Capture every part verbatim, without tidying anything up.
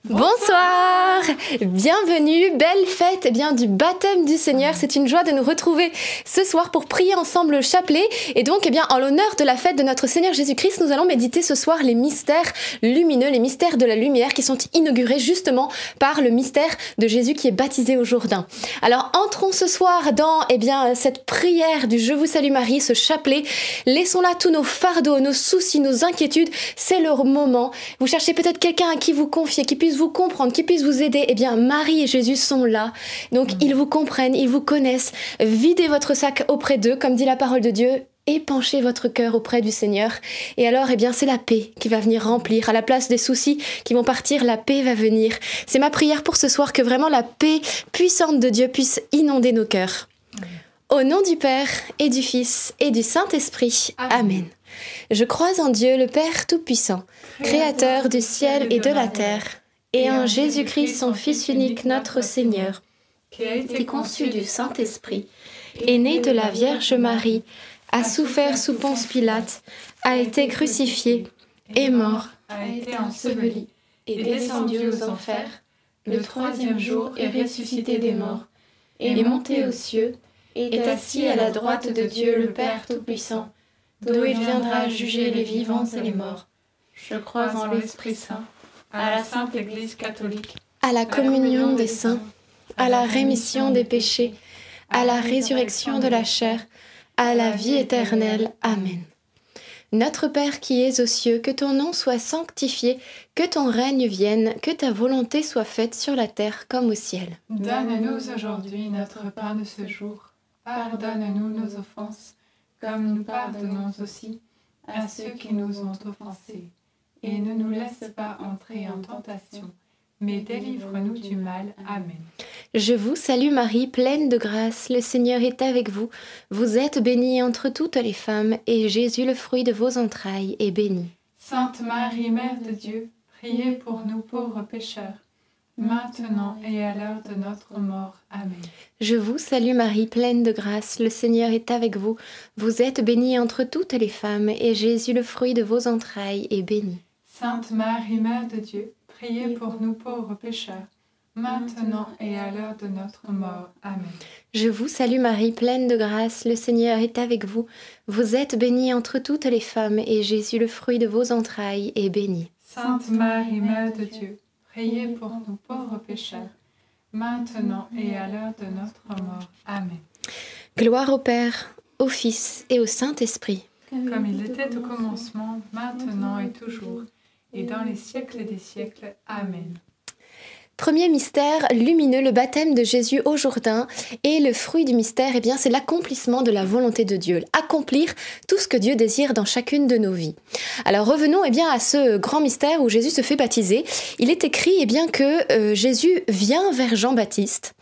Bonsoir, bienvenue, belle fête eh bien, du baptême du Seigneur. C'est une joie de nous retrouver ce soir pour prier ensemble le chapelet. Et donc, eh bien, en l'honneur de la fête de notre Seigneur Jésus-Christ, nous allons méditer ce soir les mystères lumineux, les mystères de la lumière qui sont inaugurés justement par le mystère de Jésus qui est baptisé au Jourdain. Alors, entrons ce soir dans eh bien, cette prière du Je vous salue Marie, ce chapelet. Laissons là tous nos fardeaux, nos soucis, nos inquiétudes. C'est le moment. Vous cherchez peut-être quelqu'un à qui vous confier, qui puisse vous comprendre, qui puisse vous aider. Eh bien, Marie et Jésus sont là. Donc, mmh. ils vous comprennent, ils vous connaissent. Videz votre sac auprès d'eux, comme dit la parole de Dieu. Épanchez votre cœur auprès du Seigneur. Et alors, eh bien, c'est la paix qui va venir remplir. À la place des soucis qui vont partir, la paix va venir. C'est ma prière pour ce soir, que vraiment la paix puissante de Dieu puisse inonder nos cœurs. Mmh. Au nom du Père et du Fils et du Saint-Esprit. Amen. Amen. Je crois en Dieu, le Père Tout-Puissant, Créateur du ciel et de la terre, et en Jésus-Christ, son Fils unique, notre Seigneur, qui a été conçu du Saint-Esprit, est né de la Vierge Marie, a souffert sous Ponce Pilate, a été crucifié, est mort, a été enseveli, est descendu aux enfers, le troisième jour est ressuscité des morts, est monté aux cieux, est assis à la droite de Dieu le Père Tout-Puissant, d'où il viendra juger les vivants et les morts. Je crois en l'Esprit Saint, à la Sainte Église catholique, à la communion des saints, à la rémission des péchés, à la résurrection de la chair, à la vie éternelle. Amen. Notre Père qui es aux cieux, que ton nom soit sanctifié, que ton règne vienne, que ta volonté soit faite sur la terre comme au ciel. Donne-nous aujourd'hui notre pain de ce jour. Pardonne-nous nos offenses, comme nous pardonnons aussi à ceux qui nous ont offensés. Et ne nous laisse pas entrer en tentation, mais délivre-nous du mal. Amen. Je vous salue Marie, pleine de grâce, le Seigneur est avec vous. Vous êtes bénie entre toutes les femmes, et Jésus, le fruit de vos entrailles, est béni. Sainte Marie, Mère de Dieu, priez pour nous pauvres pécheurs, maintenant et à l'heure de notre mort. Amen. Je vous salue Marie, pleine de grâce, le Seigneur est avec vous. Vous êtes bénie entre toutes les femmes, et Jésus, le fruit de vos entrailles, est béni. Sainte Marie, Mère de Dieu, priez pour nous pauvres pécheurs, maintenant et à l'heure de notre mort. Amen. Je vous salue Marie, pleine de grâce, le Seigneur est avec vous. Vous êtes bénie entre toutes les femmes, et Jésus, le fruit de vos entrailles, est béni. Sainte Marie, Mère de Dieu, priez pour nous pauvres pécheurs, maintenant et à l'heure de notre mort. Amen. Gloire au Père, au Fils et au Saint-Esprit. Comme il était au commencement, maintenant et toujours, et dans les siècles des siècles. Amen. Premier mystère lumineux, le baptême de Jésus au Jourdain. Et le fruit du mystère, eh bien, c'est l'accomplissement de la volonté de Dieu. Accomplir tout ce que Dieu désire dans chacune de nos vies. Alors revenons eh bien, à ce grand mystère où Jésus se fait baptiser. Il est écrit eh bien, que euh, Jésus vient vers Jean-Baptiste.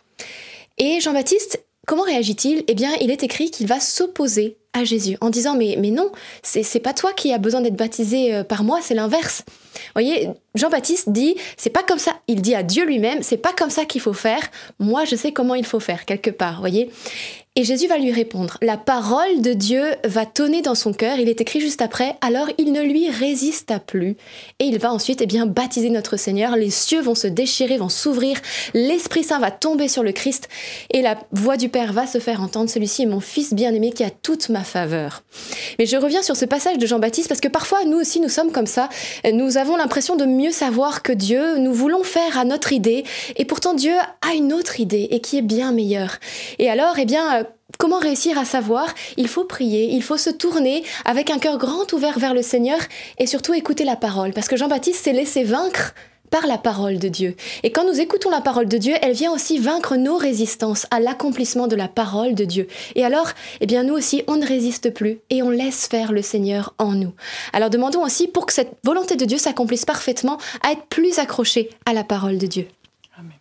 Et Jean-Baptiste, comment réagit-il ? Eh bien, il est écrit qu'il va s'opposer à Jésus en disant mais, mais non, c'est, c'est pas toi qui as besoin d'être baptisé euh, par moi, c'est l'inverse. Vous voyez, Jean-Baptiste dit, c'est pas comme ça, il dit à Dieu lui-même, c'est pas comme ça qu'il faut faire, moi je sais comment il faut faire, quelque part, vous voyez. Et Jésus va lui répondre, la parole de Dieu va tonner dans son cœur, il est écrit juste après, alors il ne lui résista plus. Et il va ensuite eh bien, baptiser notre Seigneur, les cieux vont se déchirer, vont s'ouvrir, l'Esprit Saint va tomber sur le Christ, et la voix du Père va se faire entendre, celui-ci est mon Fils bien-aimé qui a toute ma faveur. Mais je reviens sur ce passage de Jean-Baptiste, parce que parfois nous aussi nous sommes comme ça, nous avons l'impression de mieux savoir que Dieu, nous voulons faire à notre idée, et pourtant Dieu a une autre idée, et qui est bien meilleure. Et alors, eh bien, comment réussir à savoir ? Il faut prier, il faut se tourner avec un cœur grand ouvert vers le Seigneur, et surtout écouter la parole, parce que Jean-Baptiste s'est laissé vaincre par la parole de Dieu. Et quand nous écoutons la parole de Dieu, elle vient aussi vaincre nos résistances à l'accomplissement de la parole de Dieu. Et alors, eh bien nous aussi, on ne résiste plus et on laisse faire le Seigneur en nous. Alors demandons aussi pour que cette volonté de Dieu s'accomplisse parfaitement, à être plus accrochés à la parole de Dieu. Amen.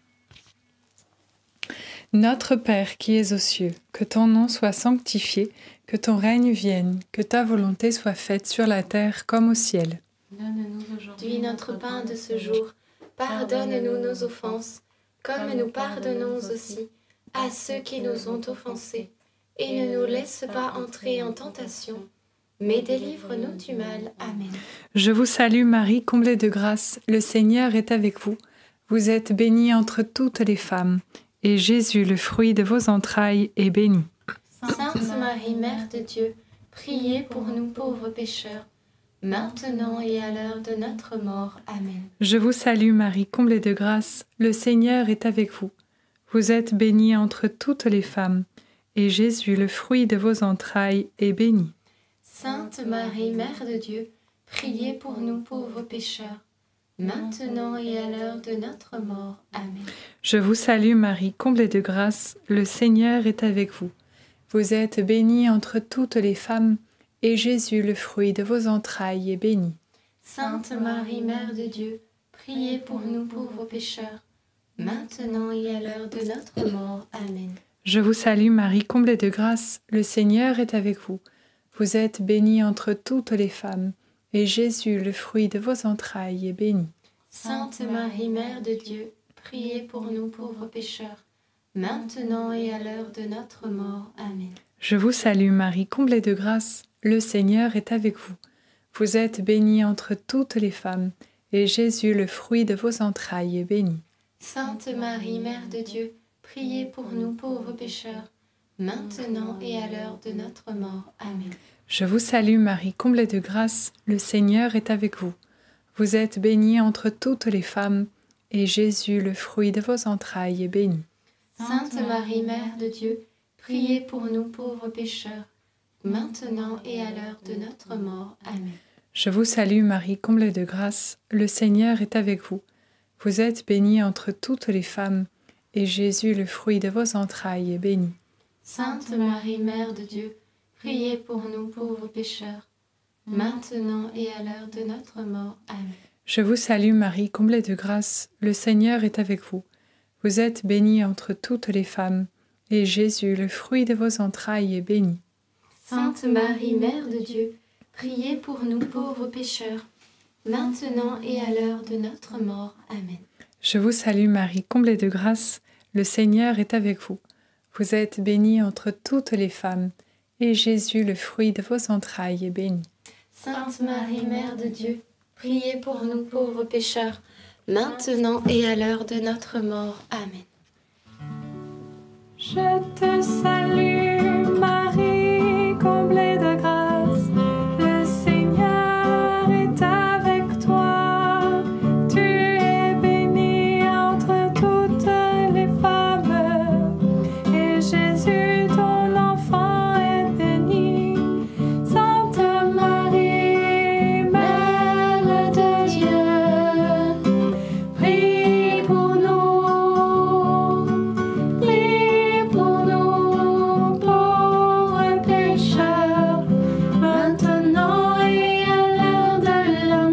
Notre Père qui es aux cieux, que ton nom soit sanctifié, que ton règne vienne, que ta volonté soit faite sur la terre comme au ciel. Donne-nous aujourd'hui notre pain de ce jour. Pardonne-nous nos offenses, comme nous pardonnons aussi à ceux qui nous ont offensés. Et ne nous laisse pas entrer en tentation, mais délivre-nous du mal. Amen. Je vous salue Marie, comblée de grâce, le Seigneur est avec vous. Vous êtes bénie entre toutes les femmes, et Jésus, le fruit de vos entrailles, est béni. Sainte Marie, Mère de Dieu, priez pour nous pauvres pécheurs, maintenant et à l'heure de notre mort. Amen. Je vous salue Marie, comblée de grâce, le Seigneur est avec vous. Vous êtes bénie entre toutes les femmes, et Jésus, le fruit de vos entrailles, est béni. Sainte Marie, Mère de Dieu, priez pour nous pauvres pécheurs, maintenant et à l'heure de notre mort. Amen. Je vous salue Marie, comblée de grâce, le Seigneur est avec vous. Vous êtes bénie entre toutes les femmes, et Jésus, le fruit de vos entrailles, est béni. Sainte Marie, Mère de Dieu, priez pour nous pauvres pécheurs, maintenant et à l'heure de notre mort. Amen. Je vous salue Marie, comblée de grâce, le Seigneur est avec vous. Vous êtes bénie entre toutes les femmes, et Jésus, le fruit de vos entrailles, est béni. Sainte Marie, Mère de Dieu, priez pour nous pauvres pécheurs, maintenant et à l'heure de notre mort. Amen. Je vous salue Marie, comblée de grâce, le Seigneur est avec vous. Vous êtes bénie entre toutes les femmes, et Jésus, le fruit de vos entrailles, est béni. Sainte Marie, Mère de Dieu, priez pour nous pauvres pécheurs, maintenant et à l'heure de notre mort. Amen. Je vous salue Marie, comblée de grâce, le Seigneur est avec vous. Vous êtes bénie entre toutes les femmes, et Jésus, le fruit de vos entrailles, est béni. Sainte Marie, Mère de Dieu, priez pour nous pauvres pécheurs, maintenant et à l'heure de notre mort. Amen. Je vous salue Marie, comblée de grâce, le Seigneur est avec vous. Vous êtes bénie entre toutes les femmes, et Jésus, le fruit de vos entrailles, est béni. Sainte Marie, Mère de Dieu, priez pour nous pauvres pécheurs, maintenant et à l'heure de notre mort. Amen. Je vous salue Marie, comblée de grâce, le Seigneur est avec vous. Vous êtes bénie entre toutes les femmes, et Jésus, le fruit de vos entrailles, est béni. Sainte Marie, Mère de Dieu, priez pour nous pauvres pécheurs, maintenant et à l'heure de notre mort. Amen. Je vous salue Marie, comblée de grâce, le Seigneur est avec vous. Vous êtes bénie entre toutes les femmes, et Jésus, le fruit de vos entrailles, est béni. Sainte Marie, Mère de Dieu, priez pour nous pauvres pécheurs, maintenant et à l'heure de notre mort. Amen. Je te salue Marie, comblée de grâce, le Seigneur est avec toi. Tu es bénie entre toutes les femmes, et Jésus, ton enfant, est béni. Sainte Marie, Mère de Dieu, prie pour nous, prie pour nous pauvres pécheurs, maintenant et à l'heure de la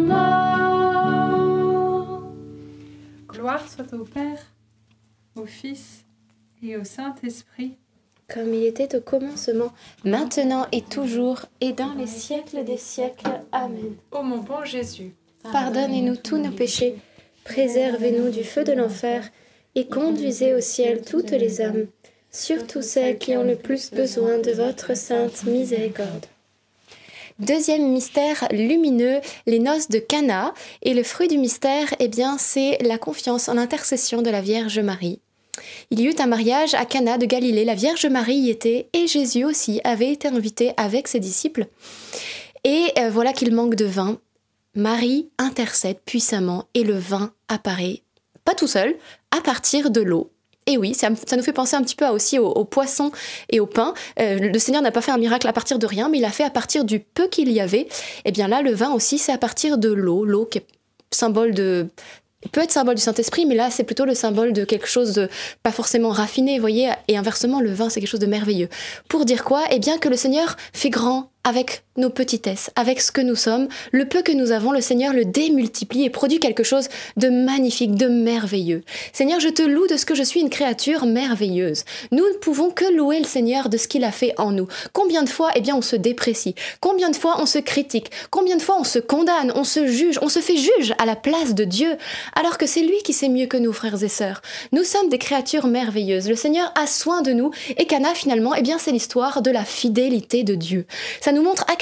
mort. Gloire soit au Père, au Fils et au Saint-Esprit, Comme il était au commencement, maintenant et toujours, et dans les siècles des siècles. Amen. ô mon bon Jésus. Pardonnez-nous tous nos péchés, préservez-nous du feu de l'enfer, et conduisez au ciel toutes les âmes, surtout celles qui ont le plus besoin de votre sainte miséricorde. Deuxième mystère lumineux, les noces de Cana. Et le fruit du mystère, eh bien, c'est la confiance en l'intercession de la Vierge Marie. Il y eut un mariage à Cana de Galilée, la Vierge Marie y était, et Jésus aussi avait été invité avec ses disciples. Et euh, voilà qu'il manque de vin. Marie intercède puissamment et le vin apparaît, pas tout seul, à partir de l'eau. Et oui, ça, ça nous fait penser un petit peu aussi aux, aux poissons et au pain. Euh, le Seigneur n'a pas fait un miracle à partir de rien, mais il a fait à partir du peu qu'il y avait. Et bien là, le vin aussi, c'est à partir de l'eau. L'eau qui est symbole de... Il peut être symbole du Saint-Esprit, mais là, c'est plutôt le symbole de quelque chose de pas forcément raffiné, vous voyez. Et inversement, le vin, c'est quelque chose de merveilleux. Pour dire quoi ? Eh bien que le Seigneur fait grand avec nos petitesses, avec ce que nous sommes. Le peu que nous avons, le Seigneur le démultiplie et produit quelque chose de magnifique, de merveilleux. Seigneur, je te loue de ce que je suis une créature merveilleuse. Nous ne pouvons que louer le Seigneur de ce qu'il a fait en nous. Combien de fois, eh bien, on se déprécie ? Combien de fois on se critique ? Combien de fois on se condamne ? On se juge ? On se fait juge à la place de Dieu, alors que c'est lui qui sait mieux que nous, frères et sœurs. Nous sommes des créatures merveilleuses. Le Seigneur a soin de nous et Cana, finalement, eh bien, c'est l'histoire de la fidélité de Dieu. Ça nous montre à quel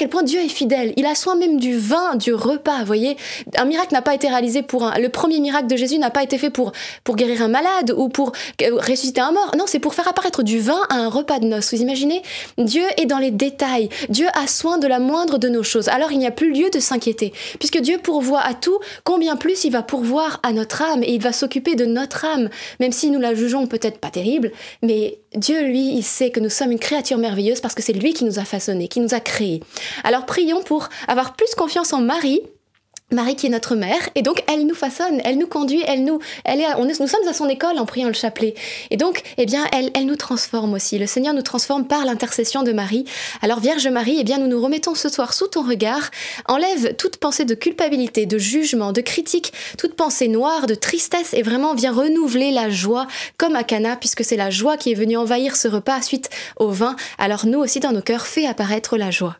quel point Dieu est fidèle. Il a soin même du vin, du repas, vous voyez. Un miracle n'a pas été réalisé pour un... Le premier miracle de Jésus n'a pas été fait pour, pour guérir un malade ou pour ressusciter un mort. Non, c'est pour faire apparaître du vin à un repas de noces. Vous imaginez? Dieu est dans les détails. Dieu a soin de la moindre de nos choses. Alors il n'y a plus lieu de s'inquiéter. Puisque Dieu pourvoit à tout, combien plus il va pourvoir à notre âme et il va s'occuper de notre âme, même si nous la jugeons peut-être pas terrible, mais Dieu, lui, il sait que nous sommes une créature merveilleuse parce que c'est lui qui nous a façonnés, qui nous a créés. Alors prions pour avoir plus confiance en Marie, Marie qui est notre mère, et donc elle nous façonne, elle nous conduit, elle nous, elle est, on est, nous sommes à son école en priant le chapelet. Et donc, eh bien, elle, elle nous transforme aussi. Le Seigneur nous transforme par l'intercession de Marie. Alors Vierge Marie, eh bien, nous nous remettons ce soir sous ton regard. Enlève toute pensée de culpabilité, de jugement, de critique, toute pensée noire, de tristesse, et vraiment viens renouveler la joie comme à Cana, puisque c'est la joie qui est venue envahir ce repas suite au vin. Alors nous aussi dans nos cœurs, fais apparaître la joie.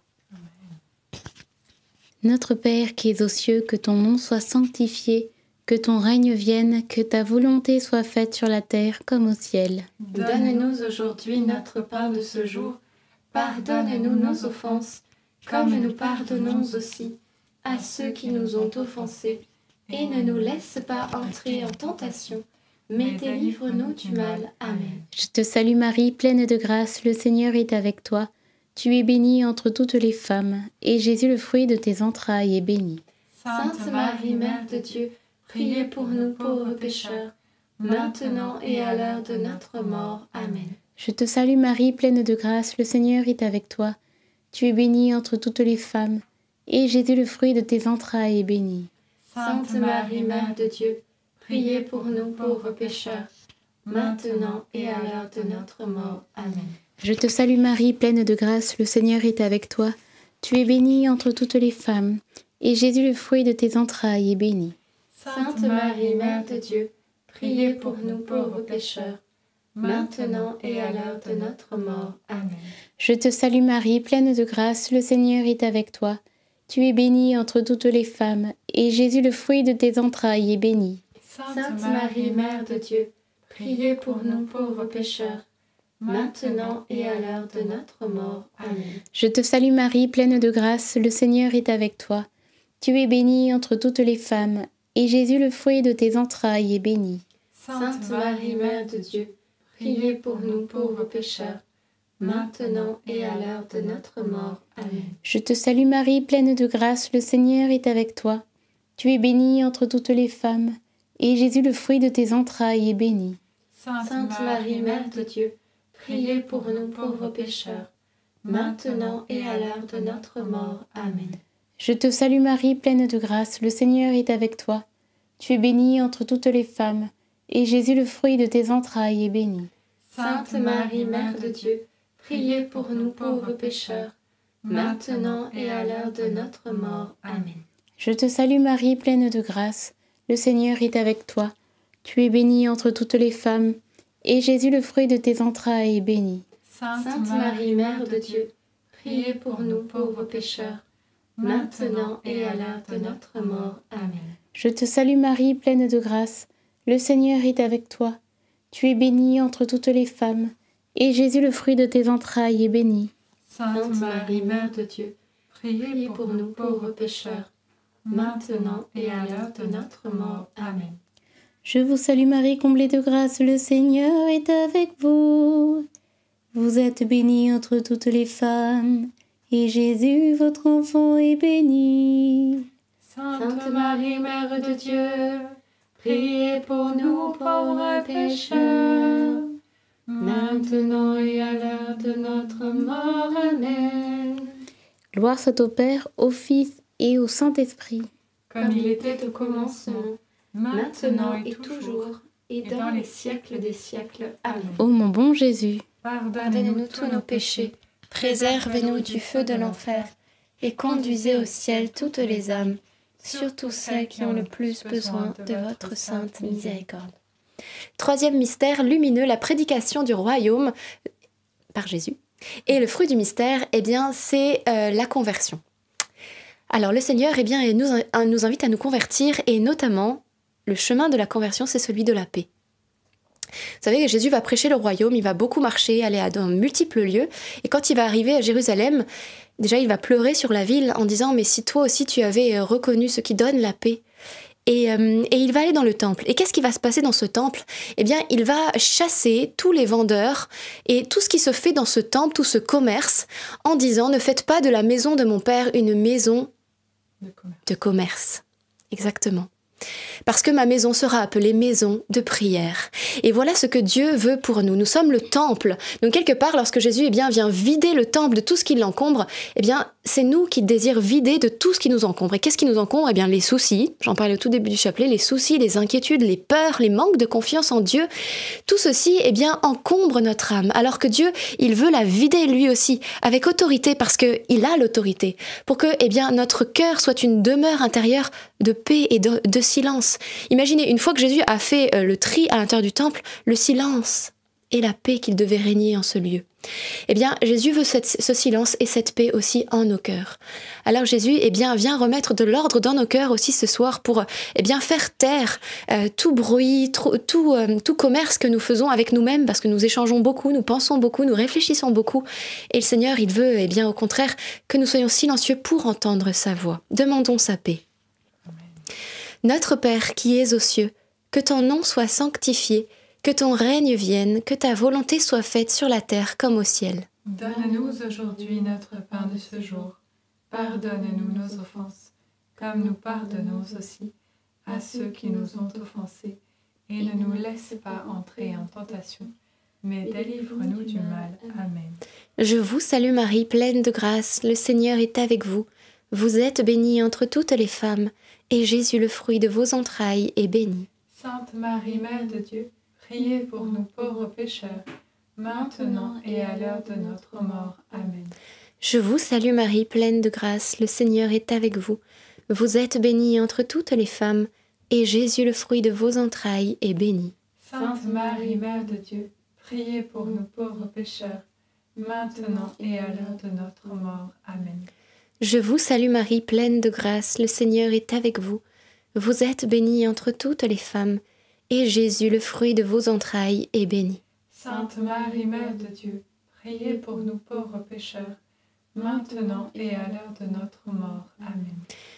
Notre Père qui es aux cieux, que ton nom soit sanctifié, que ton règne vienne, que ta volonté soit faite sur la terre comme au ciel. Donne-nous aujourd'hui notre pain de ce jour. Pardonne-nous nos offenses, comme nous pardonnons aussi à ceux qui nous ont offensés. Et ne nous laisse pas entrer en tentation, mais délivre-nous du mal. Amen. Je te salue Marie, pleine de grâce, le Seigneur est avec toi. Tu es bénie entre toutes les femmes, et Jésus, le fruit de tes entrailles, est béni. Sainte Marie, Mère de Dieu, priez pour nous pauvres pécheurs, maintenant et à l'heure de notre mort. Amen. Je te salue Marie, pleine de grâce, le Seigneur est avec toi. Tu es bénie entre toutes les femmes, et Jésus, le fruit de tes entrailles, est béni. Sainte Marie, Mère de Dieu, priez pour nous pauvres pécheurs, maintenant et à l'heure de notre mort. Amen. Je te salue Marie, pleine de grâce, le Seigneur est avec toi. Tu es bénie entre toutes les femmes, et Jésus, le fruit de tes entrailles, est béni. Sainte Marie, Mère de Dieu, priez pour nous pauvres pécheurs, maintenant et à l'heure de notre mort. Amen. Je te salue Marie, pleine de grâce, le Seigneur est avec toi. Tu es bénie entre toutes les femmes, et Jésus, le fruit de tes entrailles, est béni. Sainte Marie, Mère de Dieu, priez pour nous pauvres pécheurs, maintenant et à l'heure de notre mort. Amen. Je te salue Marie, pleine de grâce, le Seigneur est avec toi. Tu es bénie entre toutes les femmes, et Jésus, le fruit de tes entrailles, est béni. Sainte Marie, Mère de Dieu, priez pour nous pauvres pécheurs, maintenant et à l'heure de notre mort. Amen. Je te salue Marie, pleine de grâce, le Seigneur est avec toi. Tu es bénie entre toutes les femmes, et Jésus, le fruit de tes entrailles, est béni. Sainte Marie, Mère de Dieu, priez pour nous pauvres pécheurs, maintenant et à l'heure de notre mort. Amen. Je te salue Marie, pleine de grâce, le Seigneur est avec toi. Tu es bénie entre toutes les femmes, et Jésus, le fruit de tes entrailles, est béni. Sainte Marie, Mère de Dieu, priez pour nous pauvres pécheurs, maintenant et à l'heure de notre mort. Amen. Je te salue Marie, pleine de grâce, le Seigneur est avec toi. Tu es bénie entre toutes les femmes, et Jésus, le fruit de tes entrailles, est béni. Sainte Marie, Mère de Dieu, priez pour nous pauvres pécheurs, maintenant et à l'heure de notre mort. Amen. Je te salue Marie, pleine de grâce, le Seigneur est avec toi. Tu es bénie entre toutes les femmes, et Jésus, le fruit de tes entrailles, est béni. Sainte Marie, Mère de Dieu, priez pour nous pauvres pécheurs, maintenant et à l'heure de notre mort. Amen. Je vous salue Marie, comblée de grâce, le Seigneur est avec vous. Vous êtes bénie entre toutes les femmes, et Jésus, votre enfant, est béni. Sainte Marie, Mère de Dieu, priez pour nous pauvres pécheurs, maintenant et à l'heure de notre mort. Amen. Gloire soit au Père, au Fils et au Saint-Esprit. Comme il était au commencement, maintenant et toujours, et dans les siècles des siècles. Amen. Ô mon bon Jésus, pardonnez-nous tous nos péchés, préservez-nous du feu de l'enfer, et conduisez au ciel toutes les âmes, surtout celles qui ont le plus besoin de votre sainte miséricorde. Troisième mystère lumineux, la prédication du royaume par Jésus. Et le fruit du mystère, eh bien, c'est euh, la conversion. Alors le Seigneur eh bien, nous, nous invite à nous convertir, et notamment, le chemin de la conversion, c'est celui de la paix. Vous savez que Jésus va prêcher le royaume, il va beaucoup marcher, aller à dans multiples lieux. Et quand il va arriver à Jérusalem, déjà il va pleurer sur la ville en disant « Mais si toi aussi tu avais reconnu ce qui donne la paix ?» Et, euh, et il va aller dans le temple. Et qu'est-ce qui va se passer dans ce temple ? Eh bien, il va chasser tous les vendeurs et tout ce qui se fait dans ce temple, tout ce commerce, en disant « Ne faites pas de la maison de mon père une maison De commerce. de commerce. » Exactement. Parce que ma maison sera appelée maison de prière. Et voilà ce que Dieu veut pour nous. Nous sommes le temple. Donc quelque part, lorsque Jésus eh bien, vient vider le temple de tout ce qui l'encombre, eh bien, c'est nous qui désirons vider de tout ce qui nous encombre. Et qu'est-ce qui nous encombre ? Eh bien, les soucis. J'en parlais au tout début du chapelet. Les soucis, les inquiétudes, les peurs, les manques de confiance en Dieu. Tout ceci, eh bien, encombre notre âme. Alors que Dieu, il veut la vider lui aussi, avec autorité, parce qu'il a l'autorité. Pour que, eh bien, notre cœur soit une demeure intérieure de paix et de, de silence. Imaginez, une fois que Jésus a fait euh, le tri à l'intérieur du temple, le silence et la paix qu'il devait régner en ce lieu. Eh bien, Jésus veut cette, ce silence et cette paix aussi en nos cœurs. Alors Jésus, eh bien, vient remettre de l'ordre dans nos cœurs aussi ce soir pour, eh bien, faire taire euh, tout bruit, tout, tout, euh, tout commerce que nous faisons avec nous-mêmes, parce que nous échangeons beaucoup, nous pensons beaucoup, nous réfléchissons beaucoup. Et le Seigneur, il veut, eh bien, au contraire, que nous soyons silencieux pour entendre sa voix. Demandons sa paix. Notre Père qui es aux cieux, que ton nom soit sanctifié, que ton règne vienne, que ta volonté soit faite sur la terre comme au ciel. Donne-nous aujourd'hui notre pain de ce jour. Pardonne-nous nos offenses, comme nous pardonnons aussi à ceux qui nous ont offensés. Et ne nous laisse pas entrer en tentation, mais délivre-nous du mal. Amen. Je vous salue Marie, pleine de grâce, le Seigneur est avec vous. Vous êtes bénie entre toutes les femmes, et Jésus, le fruit de vos entrailles, est béni. Sainte Marie, Mère de Dieu, priez pour nous pauvres pécheurs, maintenant et à l'heure de notre mort. Amen. Je vous salue Marie, pleine de grâce, le Seigneur est avec vous. Vous êtes bénie entre toutes les femmes, et Jésus, le fruit de vos entrailles, est béni. Sainte Marie, Mère de Dieu, priez pour nous pauvres pécheurs, maintenant et à l'heure de notre mort. Amen. Je vous salue Marie, pleine de grâce, le Seigneur est avec vous. Vous êtes bénie entre toutes les femmes, et Jésus, le fruit de vos entrailles, est béni. Sainte Marie, Mère de Dieu, priez pour nous pauvres pécheurs, maintenant et à l'heure de notre mort. Amen.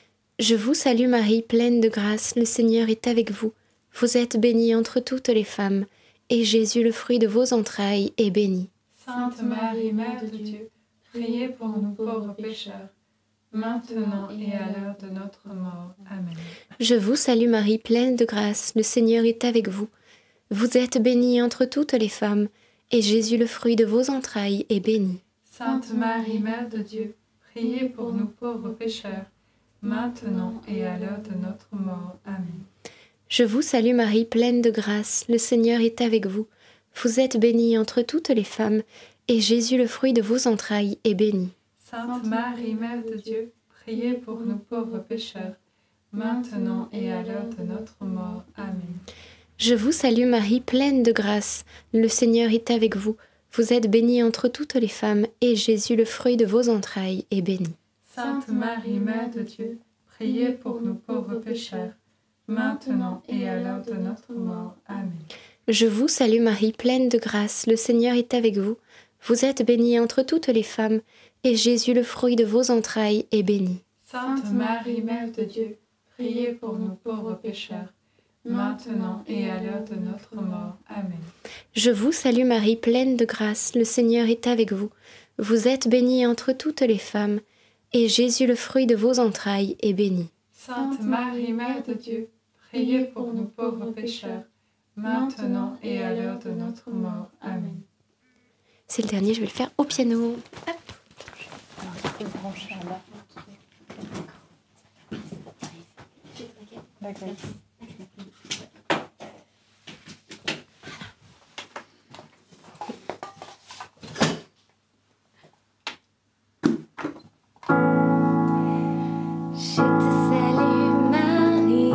Je vous salue Marie, pleine de grâce, le Seigneur est avec vous. Vous êtes bénie entre toutes les femmes, et Jésus, le fruit de vos entrailles, est béni. Sainte Marie, Mère de Dieu, priez pour nous pauvres pécheurs, maintenant et à l'heure de notre mort. Amen. Je vous salue Marie, pleine de grâce, le Seigneur est avec vous. Vous êtes bénie entre toutes les femmes, et Jésus, le fruit de vos entrailles, est béni. Sainte Marie, Mère de Dieu, priez pour nous pauvres pécheurs, maintenant et à l'heure de notre mort. Amen. Je vous salue Marie, pleine de grâce, le Seigneur est avec vous. Vous êtes bénie entre toutes les femmes, et Jésus, le fruit de vos entrailles, est béni. Sainte Marie, Mère de Dieu, priez pour nous pauvres pécheurs, maintenant et à l'heure de notre mort. Amen. Je vous salue Marie, pleine de grâce, le Seigneur est avec vous. Vous êtes bénie entre toutes les femmes, et Jésus, le fruit de vos entrailles, est béni. Sainte Marie, Mère de Dieu, priez pour nous pauvres pécheurs, maintenant et à l'heure de notre mort. Amen. Je vous salue Marie, pleine de grâce, le Seigneur est avec vous. Vous êtes bénie entre toutes les femmes, et Jésus, le fruit de vos entrailles, est béni. Sainte Marie, Mère de Dieu, priez pour nous pauvres pécheurs, maintenant et à l'heure de notre mort. Amen. Je vous salue Marie, pleine de grâce, le Seigneur est avec vous. Vous êtes bénie entre toutes les femmes, et Jésus, le fruit de vos entrailles, est béni. Sainte Marie, Mère de Dieu, priez pour nous pauvres pécheurs, maintenant et à l'heure de notre mort. Amen. C'est le dernier, je vais le faire au piano. Hop. D'accord. Je te salue Marie,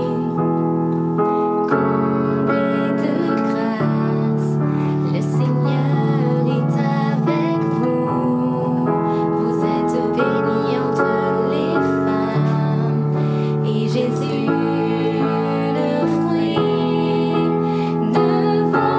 comblée de grâce, le Seigneur est avec vous. Vous êtes bénie entre les femmes, et Jésus, le fruit de vos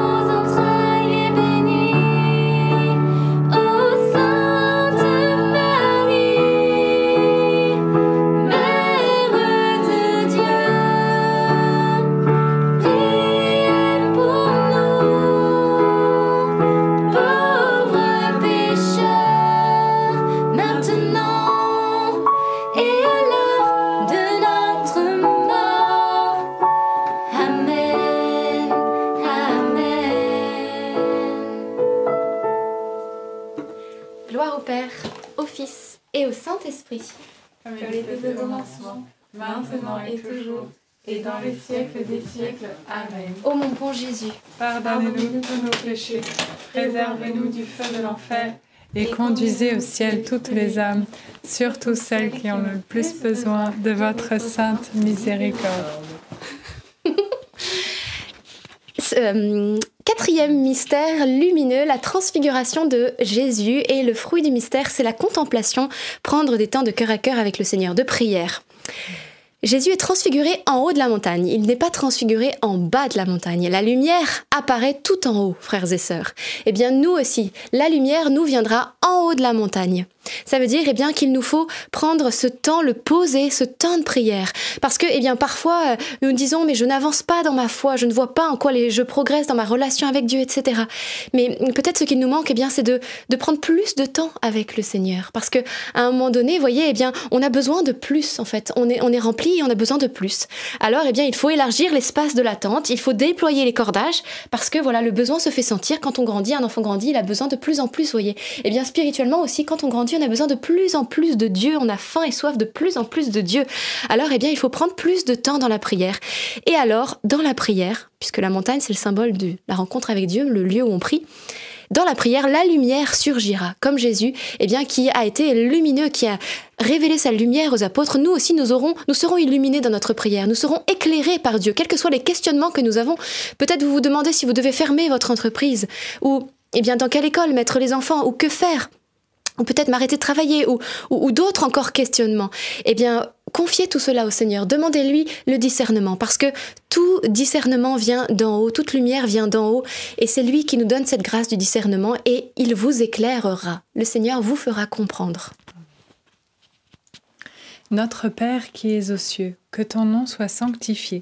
Saint-Esprit, comme il était au commencement, maintenant et toujours, et dans les siècles des siècles. Amen. Ô mon bon Jésus, Pardonnez-nous tous nos péchés, préservez-nous du feu de l'enfer, et conduisez au ciel toutes les âmes, surtout celles qui ont le plus besoin de votre sainte miséricorde. Euh, quatrième mystère lumineux, la transfiguration de Jésus. Et le fruit du mystère, c'est la contemplation, prendre des temps de cœur à cœur avec le Seigneur, de prière. Jésus est transfiguré en haut de la montagne, il n'est pas transfiguré en bas de la montagne. La lumière apparaît tout en haut, frères et sœurs. Eh bien, nous aussi, la lumière nous viendra en haut de la montagne. Ça veut dire eh bien, qu'il nous faut prendre ce temps, le poser, ce temps de prière. Parce que eh bien, parfois, nous nous disons « mais je n'avance pas dans ma foi, je ne vois pas en quoi les, je progresse dans ma relation avec Dieu, et cetera » Mais peut-être ce qui nous manque, eh bien, c'est de, de prendre plus de temps avec le Seigneur. Parce qu'à un moment donné, vous voyez, eh bien, on a besoin de plus, en fait. On est, on est rempli et on a besoin de plus. Alors, eh bien, il faut élargir l'espace de l'attente, il faut déployer les cordages, parce que voilà, le besoin se fait sentir. Quand on grandit, un enfant grandit, il a besoin de plus en plus, vous voyez. Eh bien, spirituellement aussi, quand on grandit, on a besoin de plus en plus de Dieu, on a faim et soif de plus en plus de Dieu. Alors, eh bien, il faut prendre plus de temps dans la prière. Et alors, dans la prière, puisque la montagne, c'est le symbole de la rencontre avec Dieu, le lieu où on prie, dans la prière, la lumière surgira, comme Jésus, eh bien, qui a été lumineux, qui a révélé sa lumière aux apôtres. Nous aussi, nous, aurons, nous serons illuminés dans notre prière, nous serons éclairés par Dieu, quels que soient les questionnements que nous avons. Peut-être vous vous demandez si vous devez fermer votre entreprise, ou eh bien, dans quelle école mettre les enfants, ou que faire, ou peut-être m'arrêter de travailler, ou, ou, ou d'autres encore questionnements. Eh bien, confiez tout cela au Seigneur, demandez-lui le discernement, parce que tout discernement vient d'en haut, toute lumière vient d'en haut, et c'est lui qui nous donne cette grâce du discernement, et il vous éclairera. Le Seigneur vous fera comprendre. Notre Père qui es aux cieux, que ton nom soit sanctifié,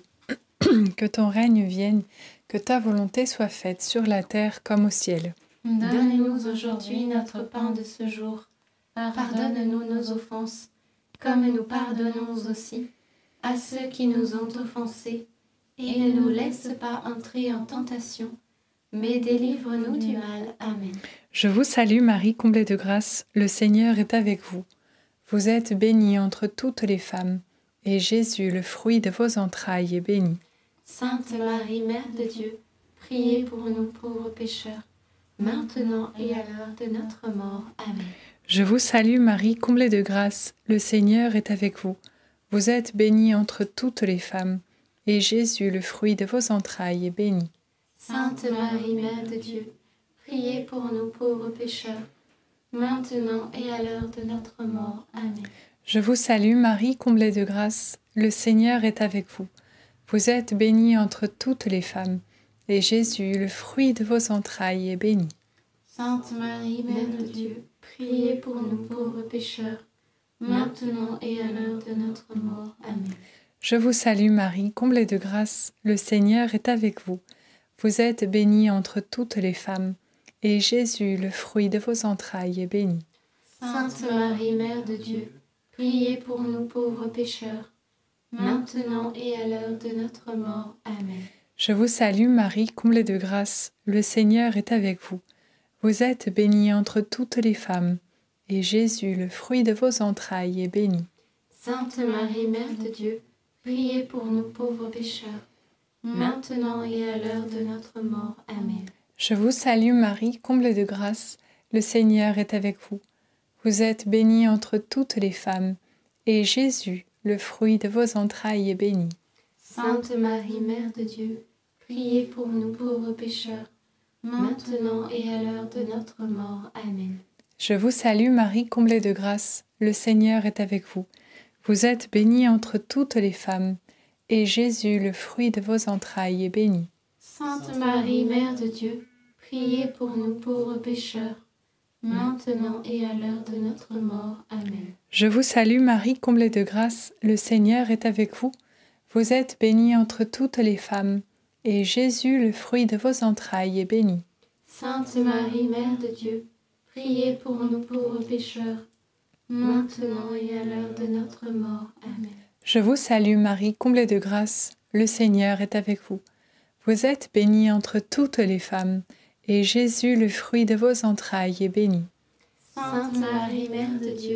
que ton règne vienne, que ta volonté soit faite sur la terre comme au ciel. Donne-nous aujourd'hui notre pain de ce jour. Pardonne-nous nos offenses, comme nous pardonnons aussi à ceux qui nous ont offensés. Et ne nous laisse pas entrer en tentation, mais délivre-nous du mal. Amen. Je vous salue Marie, comblée de grâce, le Seigneur est avec vous. Vous êtes bénie entre toutes les femmes, et Jésus, le fruit de vos entrailles, est béni. Sainte Marie, Mère de Dieu, priez pour nous pauvres pécheurs, maintenant et à l'heure de notre mort. Amen. Je vous salue Marie, comblée de grâce, le Seigneur est avec vous. Vous êtes bénie entre toutes les femmes, et Jésus, le fruit de vos entrailles, est béni. Sainte Marie, Mère de Dieu, priez pour nous pauvres pécheurs, maintenant et à l'heure de notre mort. Amen. Je vous salue Marie, comblée de grâce, le Seigneur est avec vous. Vous êtes bénie entre toutes les femmes, et Jésus, le fruit de vos entrailles, est béni. Sainte Marie, Mère de Dieu, priez pour nous pauvres pécheurs, maintenant et à l'heure de notre mort. Amen. Je vous salue Marie, comblée de grâce, le Seigneur est avec vous. Vous êtes bénie entre toutes les femmes, et Jésus, le fruit de vos entrailles, est béni. Sainte Marie, Mère de Dieu, priez pour nous pauvres pécheurs, maintenant et à l'heure de notre mort. Amen. Je vous salue Marie, comblée de grâce, le Seigneur est avec vous. Vous êtes bénie entre toutes les femmes, et Jésus, le fruit de vos entrailles, est béni. Sainte Marie, Mère de Dieu, priez pour nous pauvres pécheurs, maintenant et à l'heure de notre mort. Amen. Je vous salue Marie, comblée de grâce, le Seigneur est avec vous. Vous êtes bénie entre toutes les femmes, et Jésus, le fruit de vos entrailles, est béni. Sainte Marie, Mère de Dieu, priez pour nous pauvres pécheurs, maintenant et à l'heure de notre mort. Amen. Je vous salue Marie, comblée de grâce, le Seigneur est avec vous. Vous êtes bénie entre toutes les femmes, et Jésus, le fruit de vos entrailles, est béni. Sainte Marie, Mère de Dieu, priez pour nous pauvres pécheurs, maintenant et à l'heure de notre mort. Amen. Je vous salue Marie, comblée de grâce, le Seigneur est avec vous. Vous êtes bénie entre toutes les femmes, et Jésus, le fruit de vos entrailles, est béni. Sainte Marie, Mère de Dieu, priez pour nous pauvres pécheurs, maintenant et à l'heure de notre mort. Amen. Je vous salue Marie, comblée de grâce, le Seigneur est avec vous. Vous êtes bénie entre toutes les femmes, et Jésus, le fruit de vos entrailles, est béni. Sainte Marie, Mère de Dieu,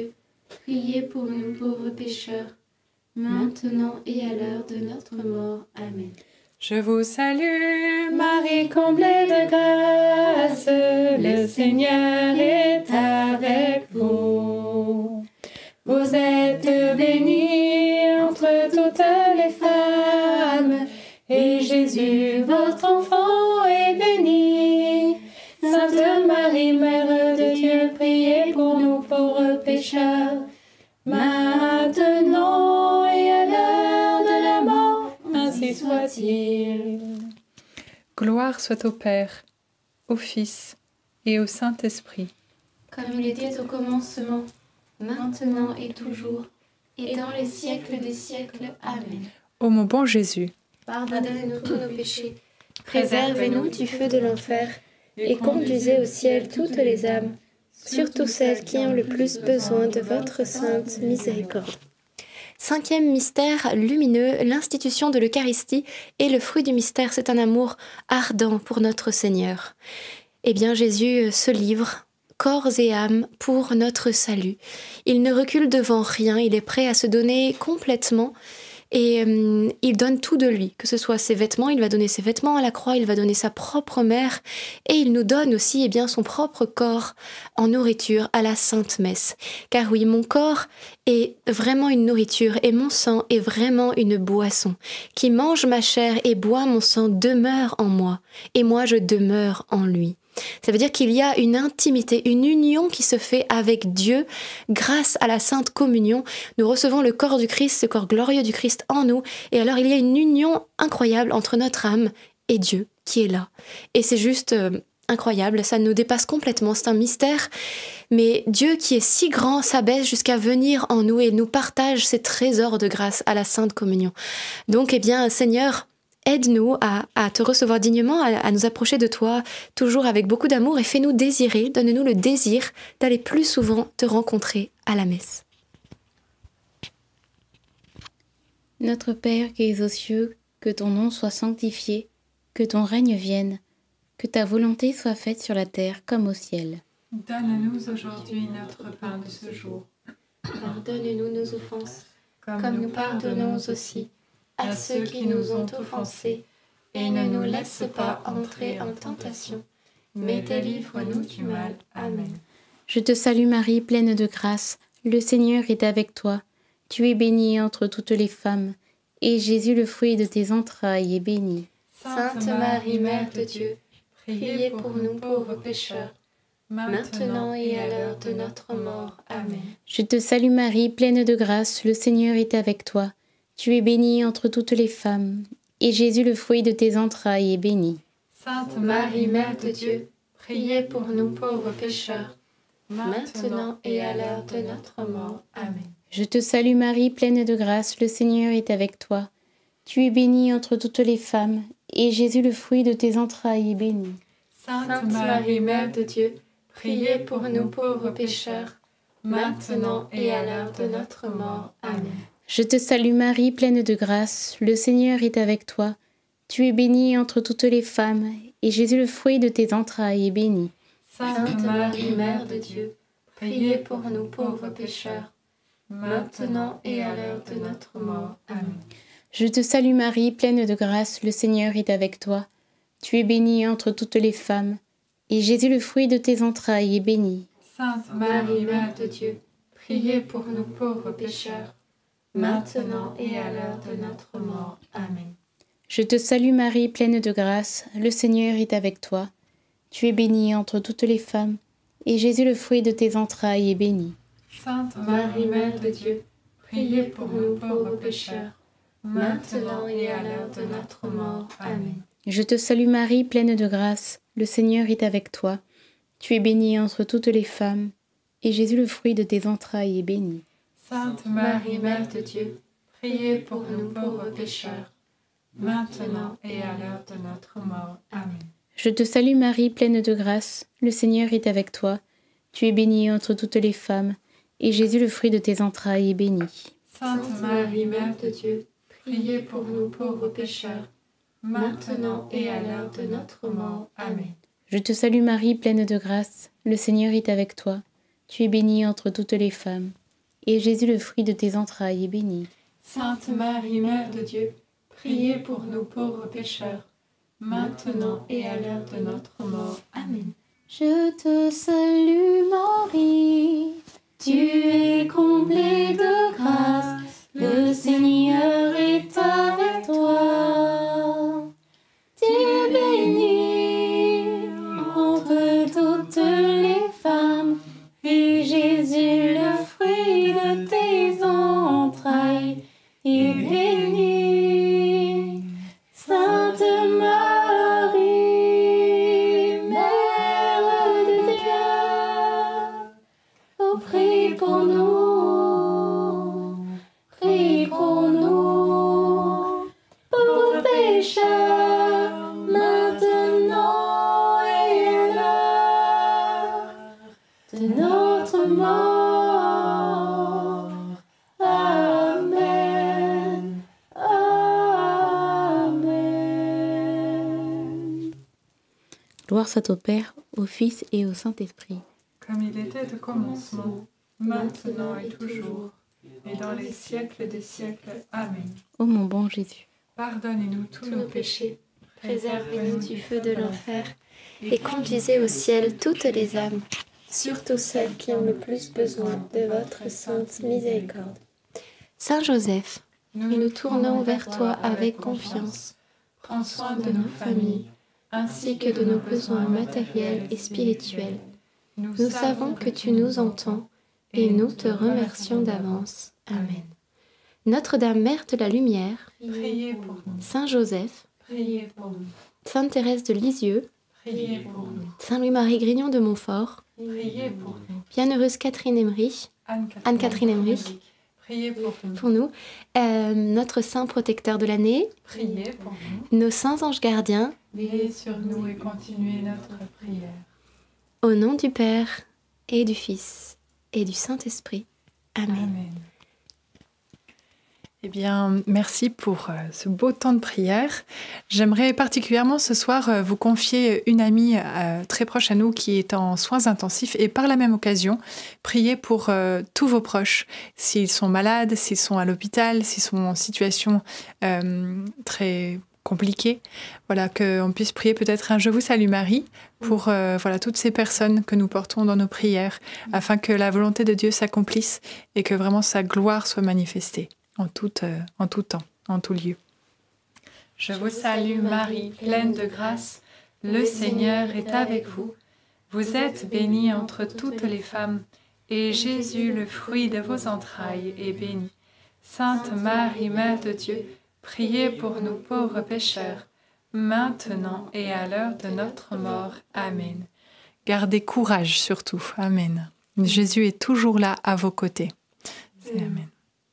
Priez pour nous pauvres pécheurs, maintenant et à l'heure de notre mort. Amen. Je vous salue, Marie comblée de grâce, le Seigneur est avec vous. Vous êtes bénie entre toutes les femmes, et Jésus, votre enfant, est béni. Sainte Marie, Mère de Dieu, priez pour nous pauvres pécheurs, maintenant et à l'heure de la mort, ainsi soit-il. Gloire soit au Père, au Fils et au Saint-Esprit. Comme il était au commencement, maintenant et toujours, et dans les siècles des siècles. Amen. Ô mon bon Jésus, Pardonnez-nous tous nos péchés, préservez-nous du feu de l'enfer, et conduisez au ciel toutes les âmes, surtout celles qui ont le plus besoin de votre sainte miséricorde. Cinquième mystère lumineux, l'institution de l'Eucharistie et le fruit du mystère, c'est un amour ardent pour notre Seigneur. Eh bien, Jésus se livre, corps et âme, pour notre salut. Il ne recule devant rien, il est prêt à se donner complètement et euh, il donne tout de lui, que ce soit ses vêtements, il va donner ses vêtements à la croix, il va donner sa propre mère et il nous donne aussi eh bien, son propre corps en nourriture à la Sainte Messe. Car oui, mon corps est vraiment une nourriture et mon sang est vraiment une boisson. Qui mange ma chair et boit mon sang demeure en moi et moi je demeure en lui. Ça veut dire qu'il y a une intimité, une union qui se fait avec Dieu grâce à la Sainte Communion. Nous recevons le corps du Christ, ce corps glorieux du Christ en nous. Et alors il y a une union incroyable entre notre âme et Dieu qui est là. Et c'est juste euh, incroyable, ça nous dépasse complètement, c'est un mystère. Mais Dieu qui est si grand s'abaisse jusqu'à venir en nous et nous partage ses trésors de grâce à la Sainte Communion. Donc, eh bien, Seigneur, aide-nous à, à te recevoir dignement, à, à nous approcher de toi, toujours avec beaucoup d'amour, et fais-nous désirer, donne-nous le désir d'aller plus souvent te rencontrer à la messe. Notre Père qui es aux cieux, que ton nom soit sanctifié, que ton règne vienne, que ta volonté soit faite sur la terre comme au ciel. Donne-nous aujourd'hui notre pain de ce jour. Pardonne-nous nos offenses, Comme, comme nous pardonnons aussi à ceux qui nous ont offensés, et ne nous laisse pas entrer en tentation, mais délivre-nous du mal. Amen. Je te salue Marie, pleine de grâce, le Seigneur est avec toi. Tu es bénie entre toutes les femmes, et Jésus, le fruit de tes entrailles, est béni. Sainte Marie, Mère de Dieu, priez pour nous pauvres pécheurs, maintenant et à l'heure de notre mort. Amen. Je te salue Marie, pleine de grâce, le Seigneur est avec toi. Tu es bénie entre toutes les femmes, et Jésus, le fruit de tes entrailles, est béni. Sainte Marie, Mère de Dieu, priez pour nous pauvres pécheurs, maintenant et à l'heure de notre mort. Amen. Je te salue Marie, pleine de grâce, le Seigneur est avec toi. Tu es bénie entre toutes les femmes, et Jésus, le fruit de tes entrailles, est béni. Sainte Marie, Mère de Dieu, priez pour nous pauvres pécheurs, maintenant et à l'heure de notre mort. Amen. Je te salue Marie, pleine de grâce, le Seigneur est avec toi. Tu es bénie entre toutes les femmes, et Jésus, le fruit de tes entrailles, est béni. Sainte Marie, Mère de Dieu, priez pour nous pauvres pécheurs, maintenant et à l'heure de notre mort. Amen. Je te salue Marie, pleine de grâce, le Seigneur est avec toi. Tu es bénie entre toutes les femmes, et Jésus, le fruit de tes entrailles, est béni. Sainte Marie, Mère de Dieu, priez pour nous pauvres pécheurs, maintenant et à l'heure de notre mort. Amen. Je te salue Marie, pleine de grâce, le Seigneur est avec toi. Tu es bénie entre toutes les femmes, et Jésus, le fruit de tes entrailles, est béni. Sainte Marie, Mère de Dieu, priez pour nous pauvres pécheurs, maintenant et à l'heure de notre mort. Amen. Je te salue Marie, pleine de grâce, le Seigneur est avec toi. Tu es bénie entre toutes les femmes, et Jésus, le fruit de tes entrailles, est béni. Sainte Marie, Mère de Dieu, priez pour nous pauvres pécheurs, maintenant et à l'heure de notre mort. Amen. Je te salue Marie, pleine de grâce, le Seigneur est avec toi. Tu es bénie entre toutes les femmes, et Jésus, le fruit de tes entrailles, est béni. Sainte Marie, Mère de Dieu, priez pour nous pauvres pécheurs, maintenant et à l'heure de notre mort. Amen. Je te salue Marie, pleine de grâce, le Seigneur est avec toi. Tu es bénie entre toutes les femmes, et Jésus, le fruit de tes entrailles, est béni. Sainte Marie, Mère de Dieu, priez pour nous pauvres pécheurs, maintenant et à l'heure de notre mort. Amen. Je te salue Marie, tu es comblée de grâce, le Seigneur est avec toi. Tu es bénie entre toutes les femmes, et Jésus, le fruit de tes entrailles, est béni. Sainte Marie, Mère de Dieu, oh, prie pour nous, prie pour nous, pauvres pécheurs, maintenant et à l'heure de notre mort. Amen. Amen. Gloire soit au Père, au Fils et au Saint-Esprit. Comme il était au commencement, maintenant et toujours, et dans les siècles des siècles. Amen. Ô mon bon Jésus, Pardonnez-nous tous nos péchés, Préservez-nous du feu de l'enfer et conduisez au ciel toutes les âmes, surtout celles qui ont le plus besoin de votre sainte miséricorde. Saint Joseph, nous nous tournons vers toi avec confiance. Prends soin de nos familles, Ainsi que de nos besoins matériels et spirituels. Nous savons que tu nous entends et nous te remercions d'avance. Amen. Notre-Dame, Mère de la Lumière, priez pour nous, Saint Joseph, priez pour nous, Sainte Thérèse de Lisieux, priez pour nous, Saint Louis-Marie Grignon de Montfort, priez pour nous, Bienheureuse Catherine Emmerich, Anne-Catherine Emmerich, priez pour nous, pour nous, euh, notre Saint Protecteur de l'année, priez pour nous, nos Saints Anges Gardiens, veillez sur nous et continuez notre prière. au nom du Père et du Fils et du Saint-Esprit. Amen. Amen. Eh bien, merci pour euh, ce beau temps de prière. J'aimerais particulièrement ce soir euh, vous confier une amie euh, très proche à nous qui est en soins intensifs et par la même occasion, prier pour euh, tous vos proches, s'ils sont malades, s'ils sont à l'hôpital, s'ils sont en situation euh, très compliquée. Voilà, qu'on puisse prier peut-être un Je vous salue Marie pour euh, voilà, toutes ces personnes que nous portons dans nos prières, afin que la volonté de Dieu s'accomplisse et que vraiment sa gloire soit manifestée. En tout, euh, en tout temps, en tout lieu. Je vous salue Marie, pleine de grâce, le Seigneur est avec vous. Vous êtes bénie entre toutes les femmes, et Jésus, le fruit de vos entrailles, est béni. Sainte Marie, Mère de Dieu, priez pour nous pauvres pécheurs, maintenant et à l'heure de notre mort. Amen. Gardez courage surtout. Amen. Jésus est toujours là à vos côtés. C'est Amen.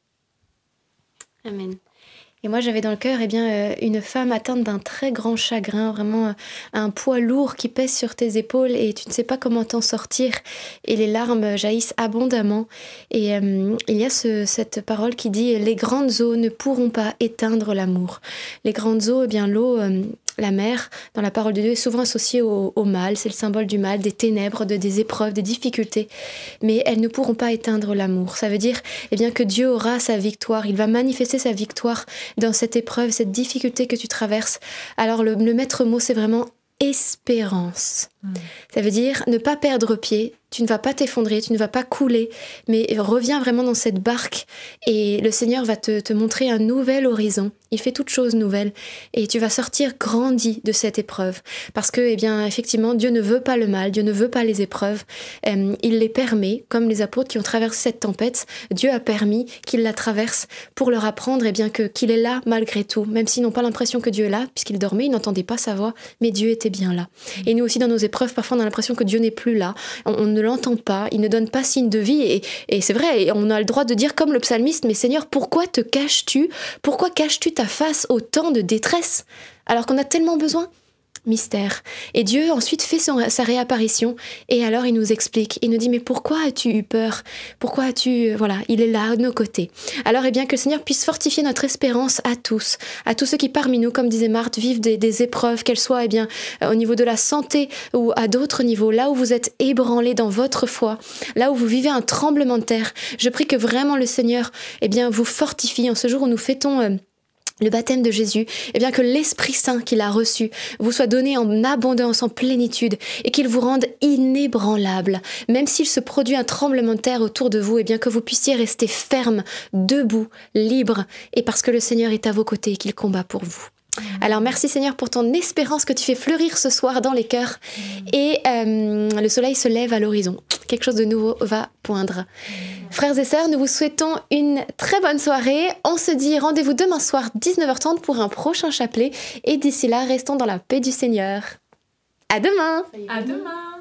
Amen. Et moi, j'avais dans le cœur eh bien, euh, une femme atteinte d'un très grand chagrin, vraiment euh, un poids lourd qui pèse sur tes épaules et tu ne sais pas comment t'en sortir. Et les larmes jaillissent abondamment. Et euh, il y a ce, cette parole qui dit « Les grandes eaux ne pourront pas éteindre l'amour ». Les grandes eaux, eh bien l'eau... Euh, La mer, dans la parole de Dieu, est souvent associée au, au mal. C'est le symbole du mal, des ténèbres, de, des épreuves, des difficultés. Mais elles ne pourront pas éteindre l'amour. Ça veut dire eh bien, que Dieu aura sa victoire. Il va manifester sa victoire dans cette épreuve, cette difficulté que tu traverses. Alors le, le maître mot, c'est vraiment espérance. Mmh. Ça veut dire ne pas perdre pied. Tu ne vas pas t'effondrer, tu ne vas pas couler, mais reviens vraiment dans cette barque et le Seigneur va te, te montrer un nouvel horizon. Il fait toutes choses nouvelles et tu vas sortir grandi de cette épreuve. Parce que, eh bien, effectivement, Dieu ne veut pas le mal, Dieu ne veut pas les épreuves. Euh, il les permet, comme les apôtres qui ont traversé cette tempête. Dieu a permis qu'ils la traversent pour leur apprendre eh bien, que, qu'il est là malgré tout. Même s'ils n'ont pas l'impression que Dieu est là, puisqu'ils dormaient, ils n'entendaient pas sa voix, mais Dieu était bien là. Et nous aussi, dans nos épreuves, parfois on a l'impression que Dieu n'est plus là. On, on ne l'entend pas, il ne donne pas signe de vie. Et, et c'est vrai, on a le droit de dire comme le psalmiste, mais Seigneur, pourquoi te caches-tu ? Pourquoi caches-tu ta face au temps de détresse ? Alors qu'on a tellement besoin ? Mystère. Et Dieu ensuite fait son, sa réapparition et alors il nous explique, il nous dit mais pourquoi as-tu eu peur? Pourquoi as-tu... Voilà, il est là, à nos côtés. Alors eh bien que le Seigneur puisse fortifier notre espérance à tous, à tous ceux qui parmi nous, comme disait Marthe, vivent des, des épreuves, qu'elles soient eh bien, au niveau de la santé ou à d'autres niveaux, là où vous êtes ébranlés dans votre foi, là où vous vivez un tremblement de terre. Je prie que vraiment le Seigneur eh bien, vous fortifie en ce jour où nous fêtons... Euh, le baptême de Jésus, et bien que l'Esprit Saint qu'il a reçu vous soit donné en abondance, en plénitude, et qu'il vous rende inébranlable. Même s'il se produit un tremblement de terre autour de vous, et bien que vous puissiez rester ferme, debout, libre, et parce que le Seigneur est à vos côtés et qu'il combat pour vous. Alors merci Seigneur pour ton espérance que tu fais fleurir ce soir dans les cœurs. Et euh, le soleil se lève à l'horizon. Quelque chose de nouveau va poindre. Frères et sœurs, nous vous souhaitons une très bonne soirée. On se dit rendez-vous demain soir dix-neuf heures trente pour un prochain chapelet. Et d'ici là, restons dans la paix du Seigneur. À demain. À demain.